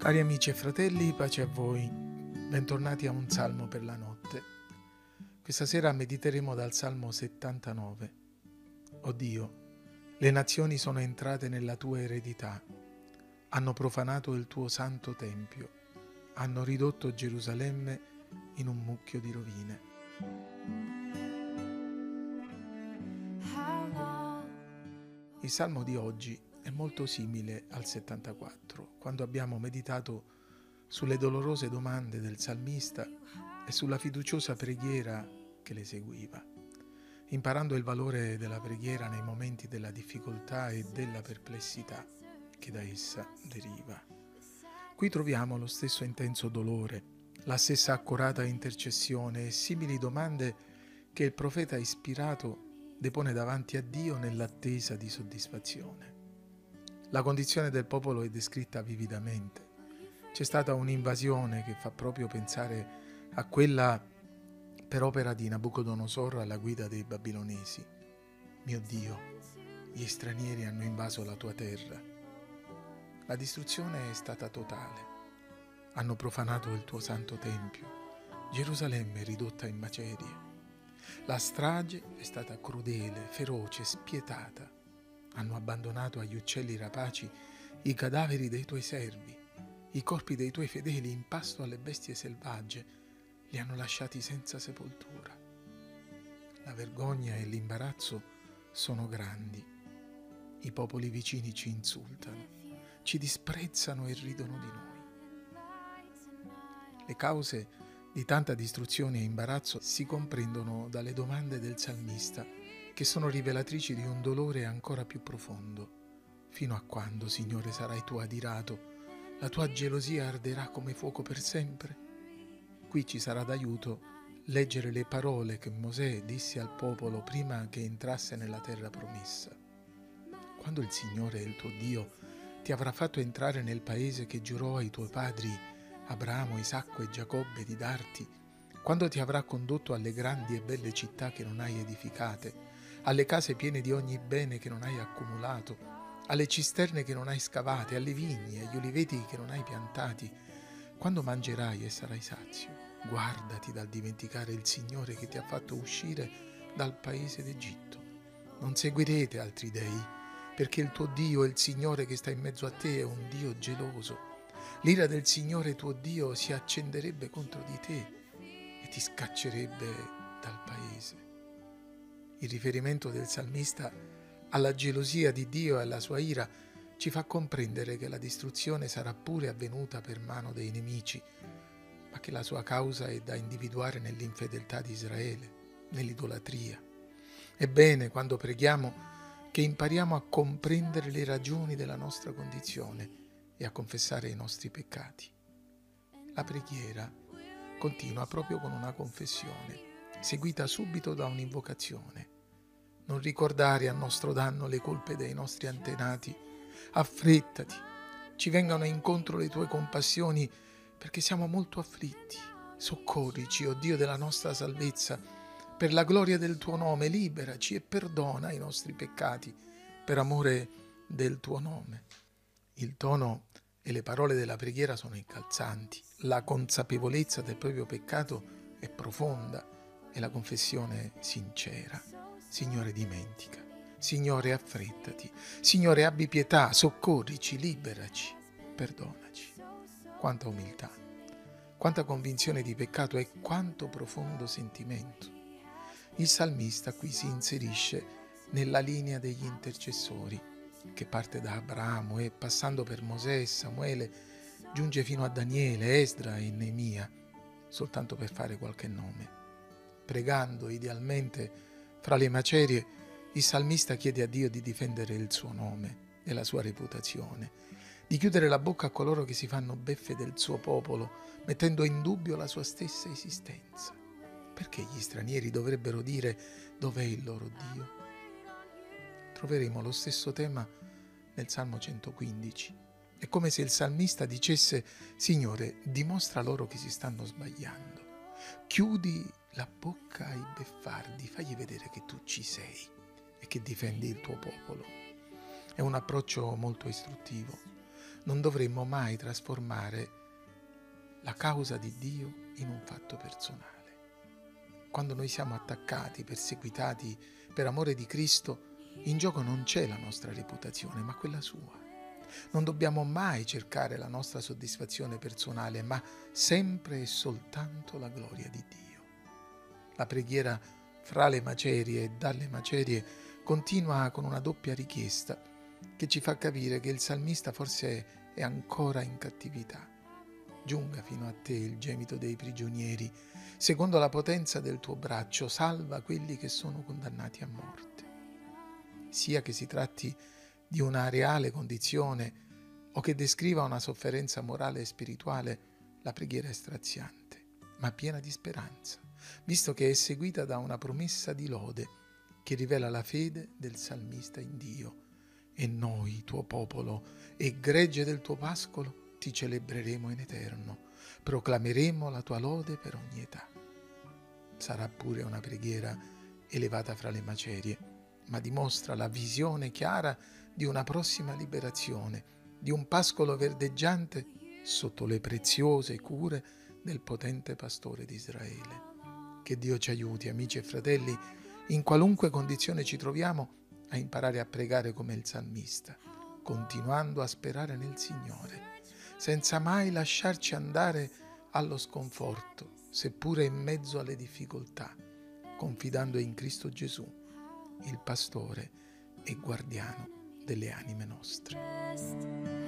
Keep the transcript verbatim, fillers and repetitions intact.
Cari amici e fratelli, pace a voi. Bentornati a un salmo per la notte. Questa sera mediteremo dal Salmo settantanove. O Dio, le nazioni sono entrate nella tua eredità, hanno profanato il tuo santo tempio, hanno ridotto Gerusalemme in un mucchio di rovine. Il salmo di oggi è molto simile al settantaquattro, quando abbiamo meditato sulle dolorose domande del salmista e sulla fiduciosa preghiera che le seguiva, imparando il valore della preghiera nei momenti della difficoltà e della perplessità che da essa deriva. Qui troviamo lo stesso intenso dolore, la stessa accurata intercessione e simili domande che il profeta ispirato depone davanti a Dio nell'attesa di soddisfazione. La condizione del popolo è descritta vividamente. C'è stata un'invasione che fa proprio pensare a quella per opera di Nabucodonosor alla guida dei babilonesi. Mio Dio, gli stranieri hanno invaso la tua terra. La distruzione è stata totale. Hanno profanato il tuo santo tempio. Gerusalemme è ridotta in macerie. La strage è stata crudele, feroce, spietata. Hanno abbandonato agli uccelli rapaci i cadaveri dei tuoi servi, i corpi dei tuoi fedeli in pasto alle bestie selvagge, li hanno lasciati senza sepoltura. La vergogna e l'imbarazzo sono grandi. I popoli vicini ci insultano, ci disprezzano e ridono di noi. Le cause di tanta distruzione e imbarazzo si comprendono dalle domande del salmista, che sono rivelatrici di un dolore ancora più profondo. Fino a quando, Signore, sarai tu adirato? La tua gelosia arderà come fuoco per sempre? Qui ci sarà d'aiuto leggere le parole che Mosè disse al popolo prima che entrasse nella terra promessa. Quando il Signore, il tuo Dio, ti avrà fatto entrare nel paese che giurò ai tuoi padri, Abramo, Isacco e Giacobbe, di darti, quando ti avrà condotto alle grandi e belle città che non hai edificate, alle case piene di ogni bene che non hai accumulato, alle cisterne che non hai scavate, alle vigne, agli oliveti che non hai piantati, quando mangerai e sarai sazio, guardati dal dimenticare il Signore che ti ha fatto uscire dal paese d'Egitto. Non seguirete altri dei, perché il tuo Dio, il Signore che sta in mezzo a te, è un Dio geloso. L'ira del Signore tuo Dio si accenderebbe contro di te e ti scaccerebbe dal paese. Il riferimento del salmista alla gelosia di Dio e alla sua ira ci fa comprendere che la distruzione sarà pure avvenuta per mano dei nemici, ma che la sua causa è da individuare nell'infedeltà di Israele, nell'idolatria. È bene, quando preghiamo, che impariamo a comprendere le ragioni della nostra condizione e a confessare i nostri peccati. La preghiera continua proprio con una confessione, seguita subito da un'invocazione. Non ricordare a nostro danno le colpe dei nostri antenati. Affrettati, ci vengano incontro le tue compassioni, perché siamo molto afflitti. Soccorrici, o Dio della nostra salvezza, per la gloria del tuo nome, liberaci e perdona i nostri peccati, per amore del tuo nome. Il tono e le parole della preghiera sono incalzanti, la consapevolezza del proprio peccato è profonda e la confessione sincera. Signore, dimentica. Signore, affrettati. Signore, abbi pietà, soccorrici, liberaci, perdonaci. Quanta umiltà, quanta convinzione di peccato e quanto profondo sentimento. Il salmista qui si inserisce nella linea degli intercessori, che parte da Abramo e, passando per Mosè e Samuele, giunge fino a Daniele, Esdra e Neemia, soltanto per fare qualche nome. Pregando idealmente fra le macerie, il salmista chiede a Dio di difendere il suo nome e la sua reputazione, di chiudere la bocca a coloro che si fanno beffe del suo popolo, mettendo in dubbio la sua stessa esistenza. Perché gli stranieri dovrebbero dire: dov'è il loro Dio? Troveremo lo stesso tema nel Salmo centoquindici. È come se il salmista dicesse: Signore, dimostra loro che si stanno sbagliando. Chiudi la bocca ai beffardi, fagli vedere che tu ci sei e che difendi il tuo popolo. È un approccio molto istruttivo. non dovremmo mai trasformare la causa di Dio in un fatto personale. Quando noi siamo attaccati, perseguitati per amore di Cristo, in gioco non c'è la nostra reputazione, ma quella sua. Non dobbiamo mai cercare la nostra soddisfazione personale, ma sempre e soltanto la gloria di Dio. La preghiera fra le macerie e dalle macerie continua con una doppia richiesta che ci fa capire che il salmista forse è ancora in cattività. Giunga fino a te il gemito dei prigionieri, secondo la potenza del tuo braccio, salva quelli che sono condannati a morte. Sia che si tratti di una reale condizione o che descriva una sofferenza morale e spirituale, la preghiera è straziante, ma piena di speranza, visto che è seguita da una promessa di lode che rivela la fede del salmista in Dio. E noi, tuo popolo e gregge del tuo pascolo, ti celebreremo in eterno, proclameremo la tua lode per ogni età. Sarà pure una preghiera elevata fra le macerie, ma dimostra la visione chiara di una prossima liberazione, di un pascolo verdeggiante sotto le preziose cure del potente pastore di Israele. Che Dio ci aiuti, amici e fratelli, in qualunque condizione ci troviamo, a imparare a pregare come il salmista, continuando a sperare nel Signore, senza mai lasciarci andare allo sconforto, seppure in mezzo alle difficoltà, confidando in Cristo Gesù, il pastore e guardiano delle anime nostre.